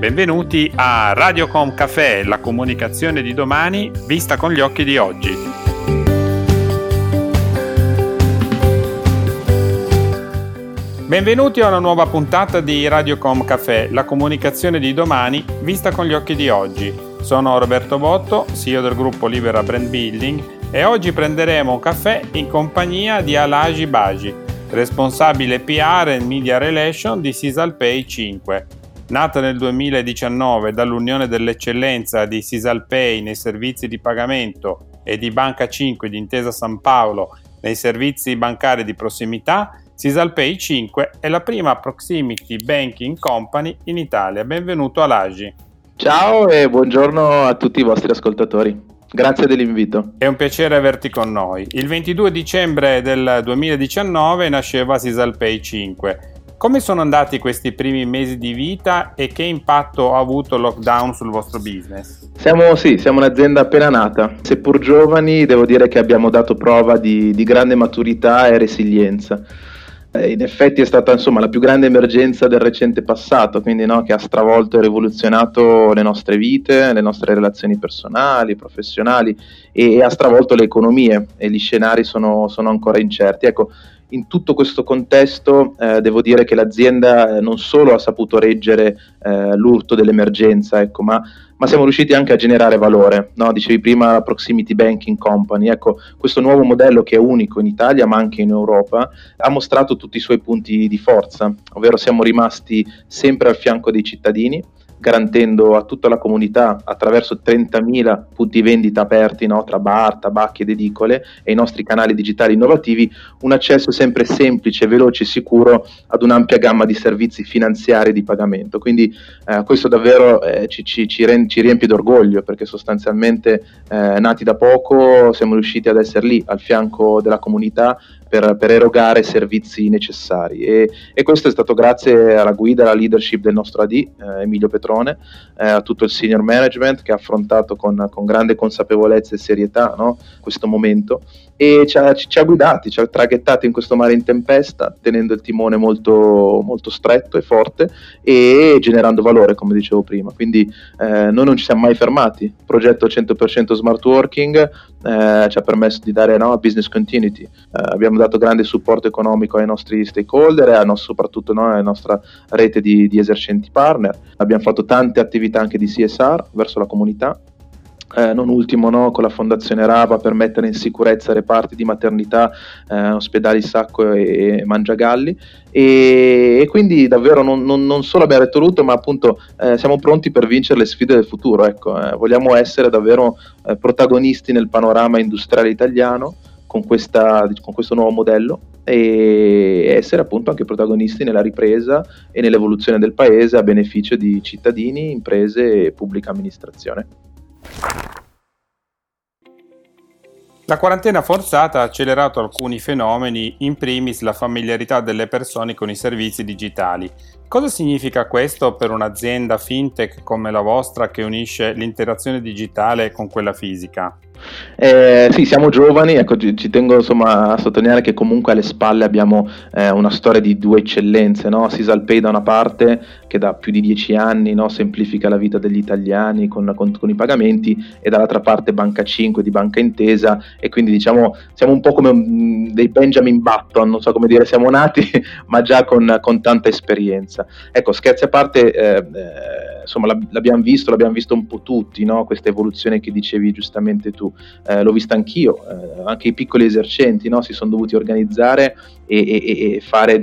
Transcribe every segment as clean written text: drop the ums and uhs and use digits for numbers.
Benvenuti a Radiocom Café, la comunicazione di domani vista con gli occhi di oggi. Benvenuti a una nuova puntata di Radiocom Café, la comunicazione di domani vista con gli occhi di oggi. Sono Roberto Botto, CEO del gruppo Libera Brand Building, e oggi prenderemo un caffè in compagnia di Alagi Baji, responsabile PR e Media Relation di SisalPay 5. Nata nel 2019 dall'Unione dell'Eccellenza di SisalPay nei servizi di pagamento e di Banca 5 di Intesa San Paolo nei servizi bancari di prossimità, SisalPay 5 è la prima proximity banking company in Italia. Benvenuto Alagi. Ciao e buongiorno a tutti i vostri ascoltatori. Grazie dell'invito. È un piacere averti con noi. Il 22 dicembre del 2019 nasceva SisalPay 5. Come sono andati questi primi mesi di vita e che impatto ha avuto il lockdown sul vostro business? Siamo un'azienda appena nata. Seppur giovani, devo dire che abbiamo dato prova di grande maturità e resilienza. In effetti è stata la più grande emergenza del recente passato, quindi che ha stravolto e rivoluzionato le nostre vite, le nostre relazioni personali, professionali e ha stravolto le economie e gli scenari sono ancora incerti. Ecco, in tutto questo contesto devo dire che l'azienda non solo ha saputo reggere l'urto dell'emergenza, ma siamo riusciti anche a generare valore, no? Dicevi prima Proximity Banking Company, ecco, questo nuovo modello che è unico in Italia ma anche in Europa ha mostrato tutti i suoi punti di forza, ovvero siamo rimasti sempre al fianco dei cittadini, garantendo a tutta la comunità attraverso 30.000 punti vendita aperti, tra bar, tabacchi ed edicole e i nostri canali digitali innovativi, un accesso sempre semplice, veloce e sicuro ad un'ampia gamma di servizi finanziari di pagamento. Quindi questo davvero ci riempie d'orgoglio, perché sostanzialmente nati da poco siamo riusciti ad essere lì al fianco della comunità per erogare servizi necessari e questo è stato grazie alla guida, alla leadership del nostro AD Emilio Petrone, a tutto il senior management che ha affrontato con grande consapevolezza e serietà, questo momento e ci ha guidati, ci ha traghettati in questo mare in tempesta, tenendo il timone molto, molto stretto e forte e generando valore, come dicevo prima. Quindi noi non ci siamo mai fermati. Il progetto 100% smart working ci ha permesso di dare business continuity. Abbiamo dato grande supporto economico ai nostri stakeholder e soprattutto alla nostra rete di esercenti partner. Abbiamo fatto tante attività anche di CSR verso la comunità. Non ultimo con la fondazione Rava per mettere in sicurezza reparti di maternità, ospedali Sacco e Mangiagalli e quindi davvero non solo abbiamo retto l'utto, ma appunto siamo pronti per vincere le sfide del futuro. Vogliamo essere davvero protagonisti nel panorama industriale italiano con questo nuovo modello e essere appunto anche protagonisti nella ripresa e nell'evoluzione del paese a beneficio di cittadini, imprese e pubblica amministrazione. La quarantena forzata ha accelerato alcuni fenomeni, in primis la familiarità delle persone con i servizi digitali. Cosa significa questo per un'azienda fintech come la vostra che unisce l'interazione digitale con quella fisica? Sì, siamo giovani, ci tengo a sottolineare che comunque alle spalle abbiamo una storia di due eccellenze, SisalPay da una parte che da più di 10 anni semplifica la vita degli italiani con i pagamenti e dall'altra parte Banca 5 di Banca Intesa e quindi siamo un po' come dei Benjamin Button, non so come dire, siamo nati ma già con tanta esperienza. Ecco, scherzi a parte, l'abbiamo visto un po' tutti, questa evoluzione che dicevi giustamente tu. L'ho vista anch'io, anche i piccoli esercenti si sono dovuti organizzare e fare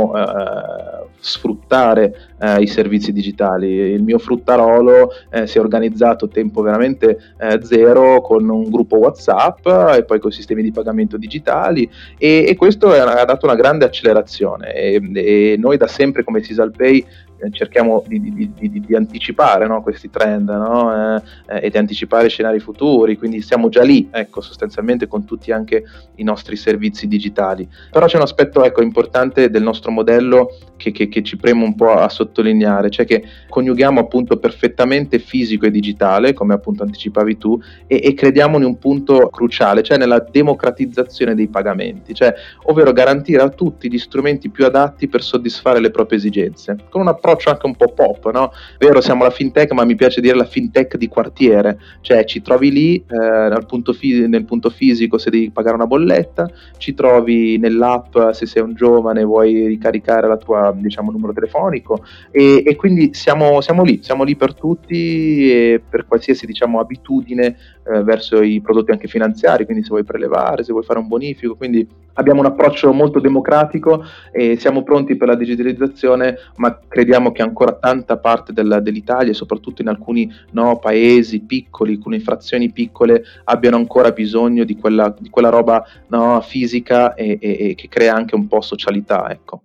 sfruttare i servizi digitali. Il mio fruttarolo si è organizzato a tempo veramente zero con un gruppo WhatsApp e poi con sistemi di pagamento digitali e questo ha dato una grande accelerazione e noi da sempre come SisalPay cerchiamo di anticipare questi trend e di anticipare scenari futuri, quindi siamo già lì sostanzialmente con tutti anche i nostri servizi digitali. Però c'è un aspetto importante del nostro modello che ci premo un po' a sottolineare, cioè che coniughiamo appunto perfettamente fisico e digitale, come appunto anticipavi tu, e crediamo in un punto cruciale, cioè nella democratizzazione dei pagamenti, cioè ovvero garantire a tutti gli strumenti più adatti per soddisfare le proprie esigenze, con un approccio approccio anche un po' pop, no? Vero, siamo la fintech, ma mi piace dire la fintech di quartiere, cioè ci trovi lì nel punto fisico se devi pagare una bolletta, ci trovi nell'app se sei un giovane e vuoi ricaricare la tua, diciamo, numero telefonico, e quindi siamo lì per tutti e per qualsiasi, diciamo, abitudine verso i prodotti anche finanziari, quindi se vuoi prelevare, se vuoi fare un bonifico, quindi abbiamo un approccio molto democratico e siamo pronti per la digitalizzazione, ma crediamo che ancora tanta parte dell'Italia, soprattutto in alcuni paesi piccoli, alcune frazioni piccole, abbiano ancora bisogno di quella roba fisica e che crea anche un po' socialità, ecco.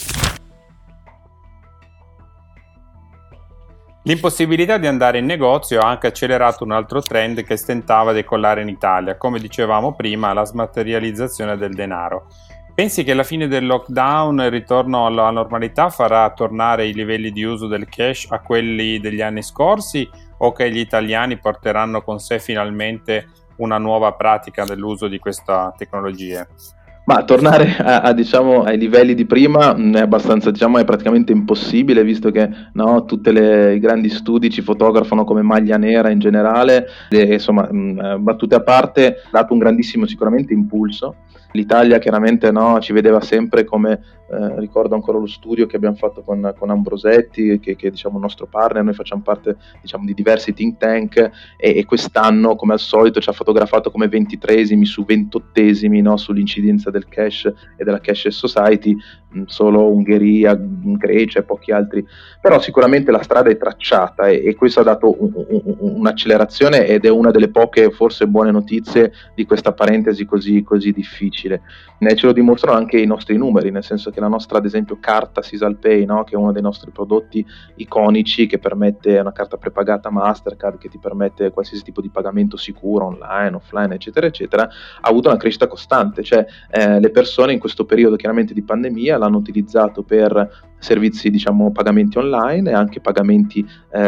L'impossibilità di andare in negozio ha anche accelerato un altro trend che stentava a decollare in Italia, come dicevamo prima, la smaterializzazione del denaro. Pensi che la fine del lockdown e il ritorno alla normalità farà tornare i livelli di uso del cash a quelli degli anni scorsi, o che gli italiani porteranno con sé finalmente una nuova pratica dell'uso di questa tecnologia? Ma tornare diciamo, ai livelli di prima è abbastanza, diciamo, è praticamente impossibile, visto che tutti i grandi studi ci fotografano come maglia nera in generale, e insomma, battute a parte, ha dato un grandissimo sicuramente impulso. L'Italia chiaramente ci vedeva sempre come, ricordo ancora lo studio che abbiamo fatto con Ambrosetti, che diciamo il nostro partner, noi facciamo parte, diciamo, di diversi think tank, e quest'anno come al solito ci ha fotografato come 23esimi su 28esimi sull'incidenza del cash e della cashless society, solo Ungheria, Grecia e pochi altri, però sicuramente la strada è tracciata e questo ha dato un'accelerazione ed è una delle poche forse buone notizie di questa parentesi così difficile. Ce lo dimostrano anche i nostri numeri, nel senso che la nostra, ad esempio, carta SisalPay, che è uno dei nostri prodotti iconici, che permette una carta prepagata Mastercard, che ti permette qualsiasi tipo di pagamento sicuro, online, offline, eccetera, eccetera, ha avuto una crescita costante, cioè le persone in questo periodo chiaramente di pandemia l'hanno utilizzato per servizi, diciamo, pagamenti online e anche pagamenti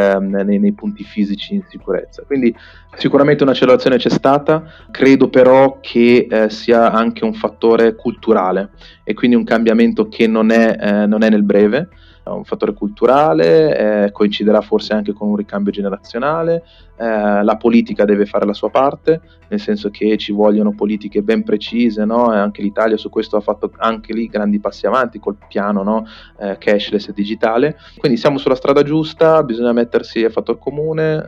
nei punti fisici in sicurezza. Quindi sicuramente un'accelerazione c'è stata, credo però che sia anche un fattore culturale e quindi un cambiamento che non è nel breve, è un fattore culturale, coinciderà forse anche con un ricambio generazionale. La politica deve fare la sua parte, nel senso che ci vogliono politiche ben precise, e anche l'Italia su questo ha fatto anche lì grandi passi avanti col piano cashless e digitale, quindi siamo sulla strada giusta, bisogna mettersi a fattor comune,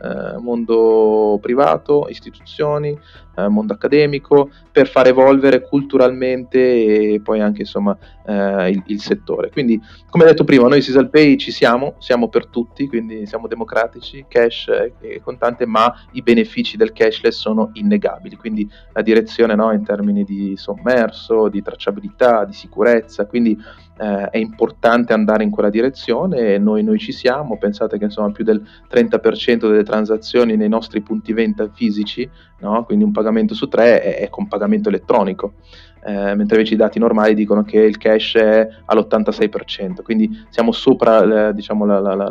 mondo privato, istituzioni, mondo accademico, per far evolvere culturalmente e poi anche insomma il settore. Quindi, come detto prima, noi SisalPay ci siamo per tutti, quindi siamo democratici, cash e contante, ma i benefici del cashless sono innegabili, quindi la direzione in termini di sommerso, di tracciabilità, di sicurezza, quindi è importante andare in quella direzione e noi ci siamo. Pensate che insomma più del 30% delle transazioni nei nostri punti vendita fisici, quindi un pagamento su 3 è con pagamento elettronico, mentre invece i dati normali dicono che il cash è all'86%, quindi siamo sopra diciamo,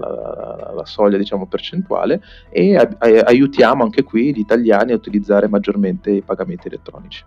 la soglia, diciamo, percentuale, e aiutiamo anche qui gli italiani a utilizzare maggiormente i pagamenti elettronici.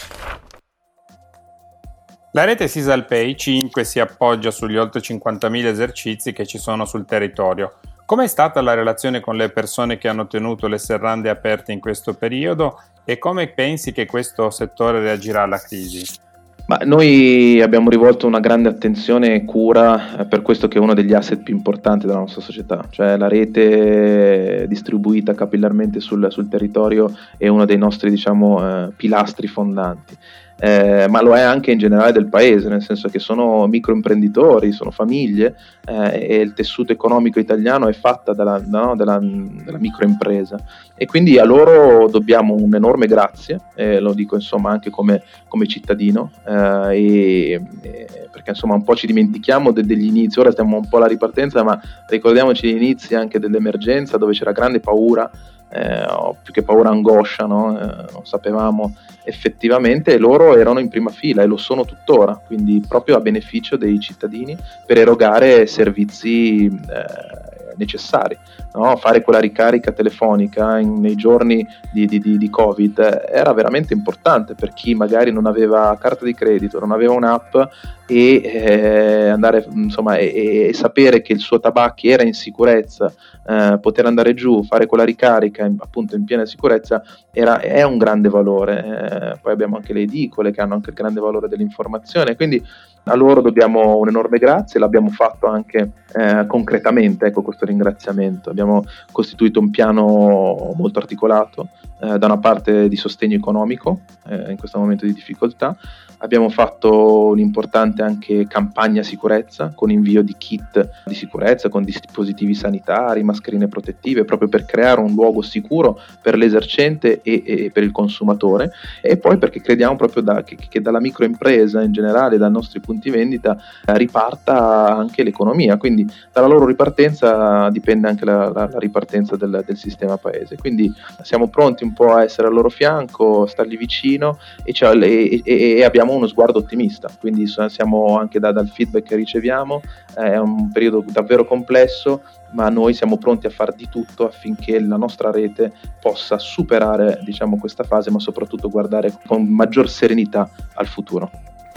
La rete SisalPay 5 si appoggia sugli oltre 50.000 esercizi che ci sono sul territorio. Com'è stata la relazione con le persone che hanno tenuto le serrande aperte in questo periodo e come pensi che questo settore reagirà alla crisi? Ma noi abbiamo rivolto una grande attenzione e cura per questo che è uno degli asset più importanti della nostra società, cioè la rete distribuita capillarmente sul territorio è uno dei nostri, diciamo, pilastri fondanti. Ma lo è anche in generale del paese, nel senso che sono microimprenditori, sono famiglie, e il tessuto economico italiano è fatta dalla microimpresa, e quindi a loro dobbiamo un enorme grazie, lo dico insomma anche come cittadino, perché insomma un po' ci dimentichiamo degli inizi, ora stiamo un po' alla ripartenza, ma ricordiamoci gli inizi anche dell'emergenza, dove c'era grande paura, o più che paura, angoscia, non sapevamo effettivamente, e loro erano in prima fila e lo sono tuttora, quindi proprio a beneficio dei cittadini, per erogare servizi necessari, no? Fare quella ricarica telefonica nei giorni di Covid era veramente importante per chi magari non aveva carta di credito, non aveva un'app, e andare, insomma, e sapere che il suo tabacchi era in sicurezza, poter andare giù, fare quella ricarica appunto in piena sicurezza è un grande valore. Poi abbiamo anche le edicole che hanno anche il grande valore dell'informazione, quindi a loro dobbiamo un enorme grazie. L'abbiamo fatto anche concretamente, ecco, questo ringraziamento. Abbiamo costituito un piano molto articolato, da una parte di sostegno economico in questo momento di difficoltà. Abbiamo fatto un'importante anche campagna sicurezza con invio di kit di sicurezza, con dispositivi sanitari, mascherine protettive, proprio per creare un luogo sicuro per l'esercente e per il consumatore. E poi perché crediamo proprio che dalla microimpresa in generale, dai nostri punti vendita, riparta anche l'economia, quindi dalla loro ripartenza dipende anche la ripartenza del sistema paese. Quindi siamo pronti un po' a essere al loro fianco, stargli vicino, e abbiamo uno sguardo ottimista, quindi siamo anche dal feedback che riceviamo, è un periodo davvero complesso, ma noi siamo pronti a fare di tutto affinché la nostra rete possa superare, diciamo, questa fase, ma soprattutto guardare con maggior serenità al futuro.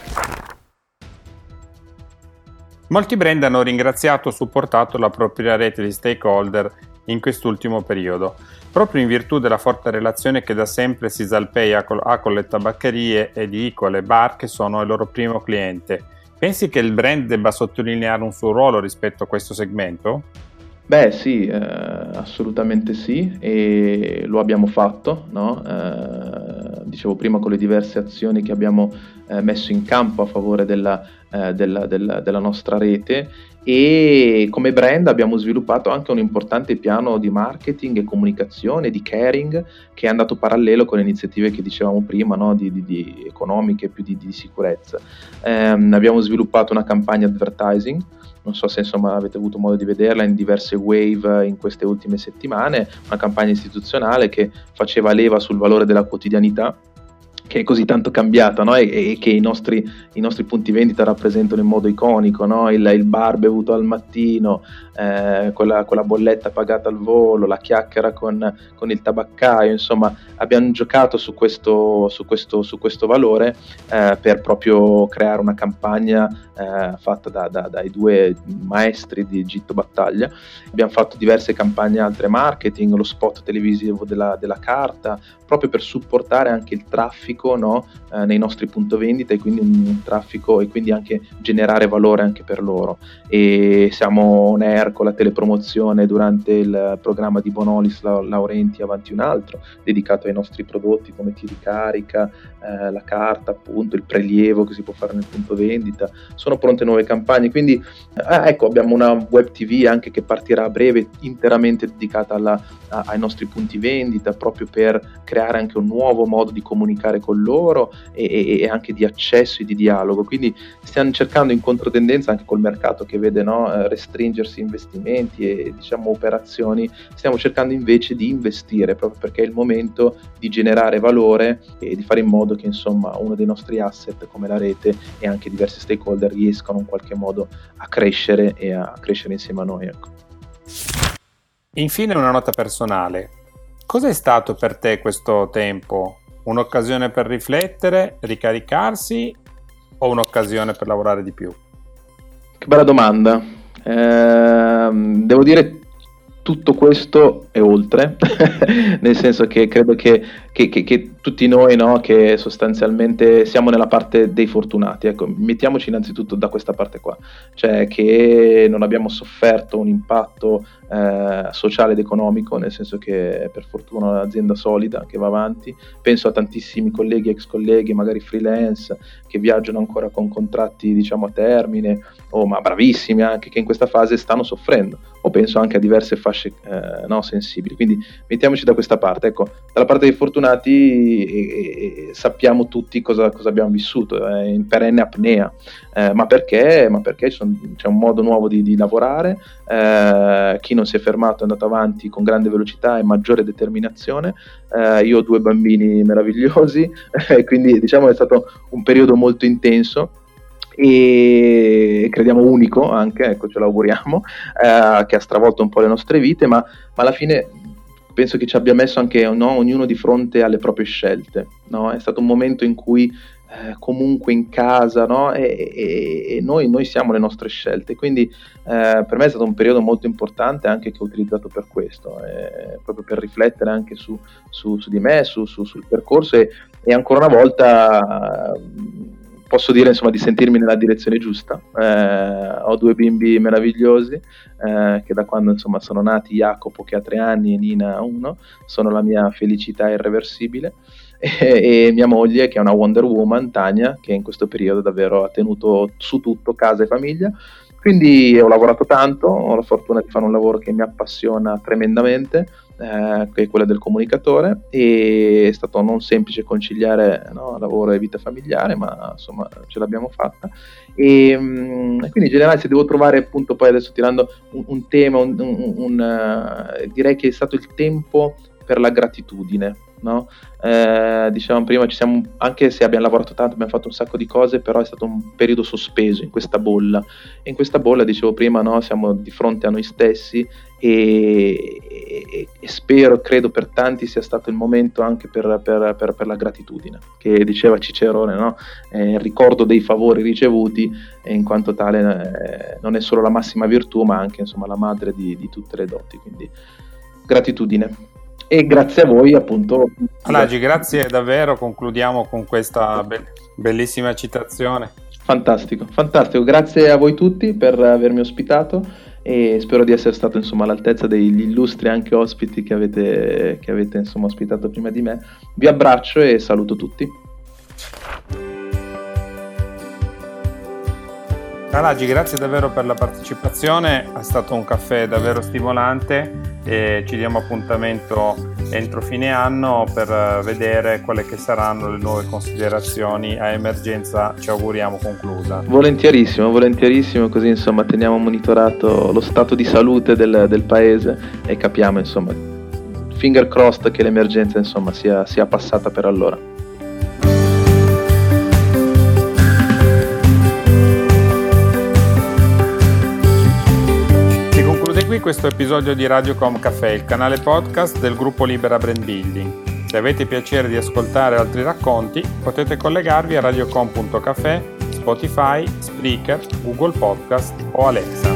Molti brand hanno ringraziato o supportato la propria rete di stakeholder in quest'ultimo periodo, proprio in virtù della forte relazione che da sempre SisalPay ha con le tabaccherie, edicole, bar che sono il loro primo cliente. Pensi che il brand debba sottolineare un suo ruolo rispetto a questo segmento? Beh sì, assolutamente sì, e lo abbiamo fatto, no? Dicevo prima, con le diverse azioni che abbiamo messo in campo a favore della nostra rete, e come brand abbiamo sviluppato anche un importante piano di marketing e comunicazione, di caring, che è andato parallelo con le iniziative che dicevamo prima, no? di economiche, più di sicurezza. Abbiamo sviluppato una campagna advertising, non so se insomma avete avuto modo di vederla in diverse wave in queste ultime settimane, una campagna istituzionale che faceva leva sul valore della quotidianità, che è così tanto cambiata, no? e che i nostri punti vendita rappresentano in modo iconico, no? il bar bevuto al mattino, con la bolletta pagata al volo, la chiacchiera con il tabaccaio. Insomma, abbiamo giocato su questo valore, per proprio creare una campagna fatta dai due maestri di Gitto Battaglia. Abbiamo fatto diverse campagne altre marketing, lo spot televisivo della carta, proprio per supportare anche il traffico, no? Nei nostri punti vendita, e quindi un traffico, e quindi anche generare valore anche per loro. E siamo on air con la telepromozione durante il programma di Bonolis Laurenti Avanti un altro, dedicato ai nostri prodotti come Ti Ricarica, la carta, appunto, il prelievo che si può fare nel punto vendita. Sono pronte nuove campagne, quindi ecco, abbiamo una web TV anche che partirà a breve, interamente dedicata ai nostri punti vendita, proprio per creare anche un nuovo modo di comunicare con loro, e anche di accesso e di dialogo. Quindi stiamo cercando, in controtendenza anche col mercato che vede, no, restringersi investimenti e, diciamo, operazioni, stiamo cercando invece di investire, proprio perché è il momento di generare valore e di fare in modo che, insomma, uno dei nostri asset come la rete e anche diversi stakeholder riescano in qualche modo a crescere e a crescere insieme a noi, ecco. Infine una nota personale. Cos'è stato per te questo tempo? Un'occasione per riflettere, ricaricarsi, o un'occasione per lavorare di più? Che bella domanda. Devo dire tutto questo e oltre, nel senso che credo che tutti noi, no, che sostanzialmente siamo nella parte dei fortunati, ecco, mettiamoci innanzitutto da questa parte qua, cioè che non abbiamo sofferto un impatto sociale ed economico, nel senso che per fortuna è un'azienda solida che va avanti. Penso a tantissimi colleghi, ex colleghi, magari freelance, che viaggiano ancora con contratti, diciamo, a termine, ma bravissimi anche, che in questa fase stanno soffrendo, o penso anche a diverse fasce sensibili. Quindi mettiamoci da questa parte, ecco, dalla parte dei fortunati, sappiamo tutti cosa abbiamo vissuto, in perenne apnea, ma perché c'è un modo nuovo di lavorare, chi non si è fermato è andato avanti con grande velocità e maggiore determinazione. Io ho 2 bambini meravigliosi, quindi, diciamo, è stato un periodo molto intenso, e crediamo unico anche, ecco, ce l'auguriamo, che ha stravolto un po' le nostre vite, ma alla fine penso che ci abbia messo anche, no, ognuno di fronte alle proprie scelte, no? È stato un momento in cui comunque in casa, no? E noi siamo le nostre scelte, quindi per me è stato un periodo molto importante anche che ho utilizzato per questo, proprio per riflettere anche su di me, sul percorso e ancora una volta posso dire insomma di sentirmi nella direzione giusta. Ho 2 bimbi meravigliosi che da quando insomma sono nati, Jacopo che ha 3 anni e Nina 1, sono la mia felicità irreversibile, e mia moglie che è una Wonder Woman, Tania, che in questo periodo davvero ha tenuto su tutto, casa e famiglia. Quindi ho lavorato tanto, ho la fortuna di fare un lavoro che mi appassiona tremendamente, che è quella del comunicatore, e è stato non semplice conciliare, no, lavoro e vita familiare, ma insomma ce l'abbiamo fatta. E quindi in generale, se devo trovare appunto poi adesso tirando un tema, direi che è stato il tempo per la gratitudine, no? Dicevamo prima, ci siamo, anche se abbiamo lavorato tanto, abbiamo fatto un sacco di cose, però è stato un periodo sospeso in questa bolla, e in questa bolla, dicevo prima, no, siamo di fronte a noi stessi e spero, credo per tanti sia stato il momento anche per la gratitudine, che diceva Cicerone, no? Il ricordo dei favori ricevuti, e in quanto tale non è solo la massima virtù, ma anche insomma la madre di tutte le doti, quindi gratitudine. E grazie a voi appunto. Alagi, grazie davvero, concludiamo con questa bellissima citazione. Fantastico, grazie a voi tutti per avermi ospitato e spero di essere stato insomma all'altezza degli illustri anche ospiti che avete insomma ospitato prima di me. Vi abbraccio e saluto tutti. Alagi, grazie davvero per la partecipazione, è stato un caffè davvero stimolante e ci diamo appuntamento entro fine anno per vedere quelle che saranno le nuove considerazioni a emergenza, ci auguriamo conclusa. Volentierissimo, così insomma teniamo monitorato lo stato di salute del paese e capiamo insomma, finger crossed, che l'emergenza insomma sia passata per allora. Qui questo episodio di Radiocom Café, il canale podcast del gruppo Libera Brand Building. Se avete piacere di ascoltare altri racconti, potete collegarvi a radiocom.café, Spotify, Spreaker, Google Podcast o Alexa.